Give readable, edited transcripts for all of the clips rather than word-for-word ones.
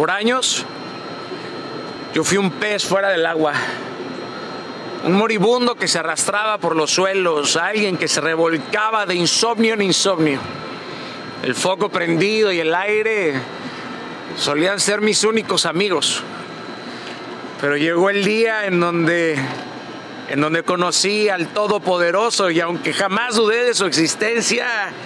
Por años, yo fui un pez fuera del agua, un moribundo que se arrastraba por los suelos, alguien que se revolcaba de insomnio en insomnio. El foco prendido y el aire solían ser mis únicos amigos. Pero llegó el día en donde conocí al Todopoderoso, y aunque jamás dudé de su existencia,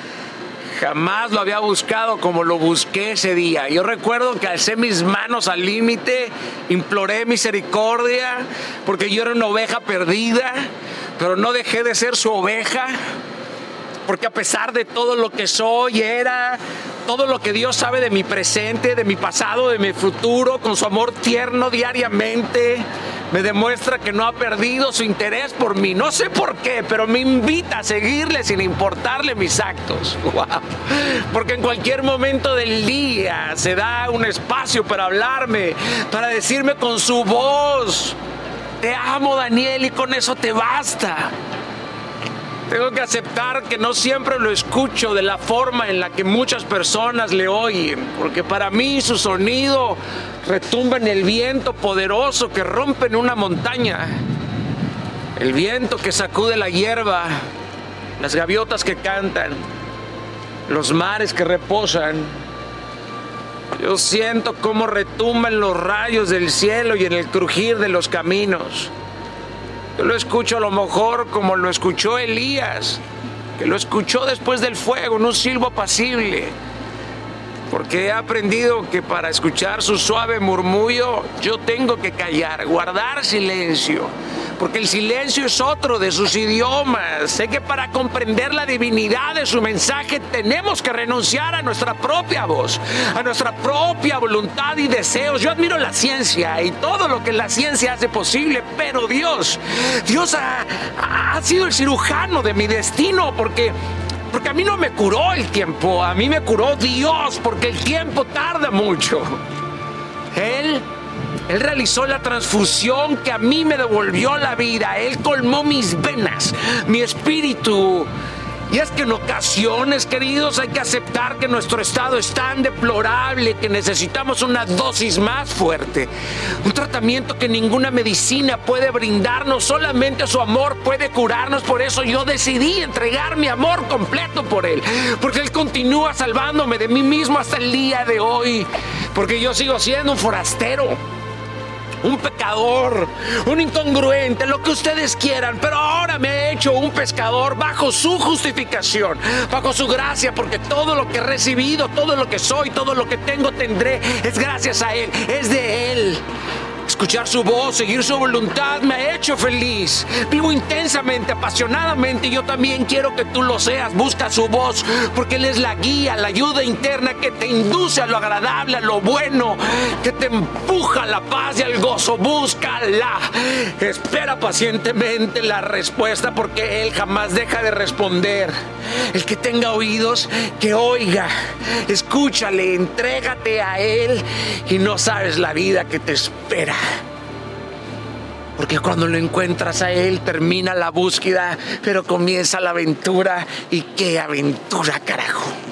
jamás lo había buscado como lo busqué ese día. Yo recuerdo que alcé mis manos al límite, imploré misericordia, porque yo era una oveja perdida, pero no dejé de ser su oveja, porque a pesar de todo lo que soy, era todo lo que Dios sabe de mi presente, de mi pasado, de mi futuro, con su amor tierno diariamente, me demuestra que no ha perdido su interés por mí. No sé por qué, pero me invita a seguirle sin importarle mis actos. ¡Wow! Porque en cualquier momento del día se da un espacio para hablarme, para decirme con su voz: te amo, Daniel, y con eso te basta. Tengo que aceptar que no siempre lo escucho de la forma en la que muchas personas le oyen, porque para mí su sonido retumba en el viento poderoso que rompe en una montaña, el viento que sacude la hierba, las gaviotas que cantan, los mares que reposan. Yo siento cómo retumban los rayos del cielo y en el crujir de los caminos. Yo lo escucho a lo mejor como lo escuchó Elías, que lo escuchó después del fuego, en un silbo apacible. Porque he aprendido que para escuchar su suave murmullo, yo tengo que callar, guardar silencio. Porque el silencio es otro de sus idiomas. Sé que para comprender la divinidad de su mensaje tenemos que renunciar a nuestra propia voz, a nuestra propia voluntad y deseos. Yo admiro la ciencia y todo lo que la ciencia hace posible, pero Dios ha sido el cirujano de mi destino, porque a mí no me curó el tiempo, a mí me curó Dios, porque el tiempo tarda mucho. Él realizó la transfusión que a mí me devolvió la vida. Él colmó mis venas, mi espíritu. Y es que en ocasiones, queridos, hay que aceptar que nuestro estado es tan deplorable que necesitamos una dosis más fuerte. Un tratamiento que ninguna medicina puede brindarnos, solamente su amor puede curarnos. Por eso yo decidí entregar mi amor completo por Él. Porque Él continúa salvándome de mí mismo hasta el día de hoy. Porque yo sigo siendo un forastero, un pecador, un incongruente, lo que ustedes quieran, pero ahora me he hecho un pescador bajo su justificación, bajo su gracia, porque todo lo que he recibido, todo lo que soy, todo lo que tengo, tendré, es gracias a Él, es de Él. Escuchar su voz, seguir su voluntad me ha hecho feliz. Vivo intensamente, apasionadamente, y yo también quiero que tú lo seas. Busca su voz, porque Él es la guía, la ayuda interna que te induce a lo agradable, a lo bueno, que te empuja a la paz y al gozo. Búscala. Espera pacientemente la respuesta, porque Él jamás deja de responder. El que tenga oídos, que oiga. Escúchale, entrégate a Él, y no sabes la vida que te espera. Porque cuando lo encuentras a Él, termina la búsqueda, pero comienza la aventura. ¿Y qué aventura, carajo?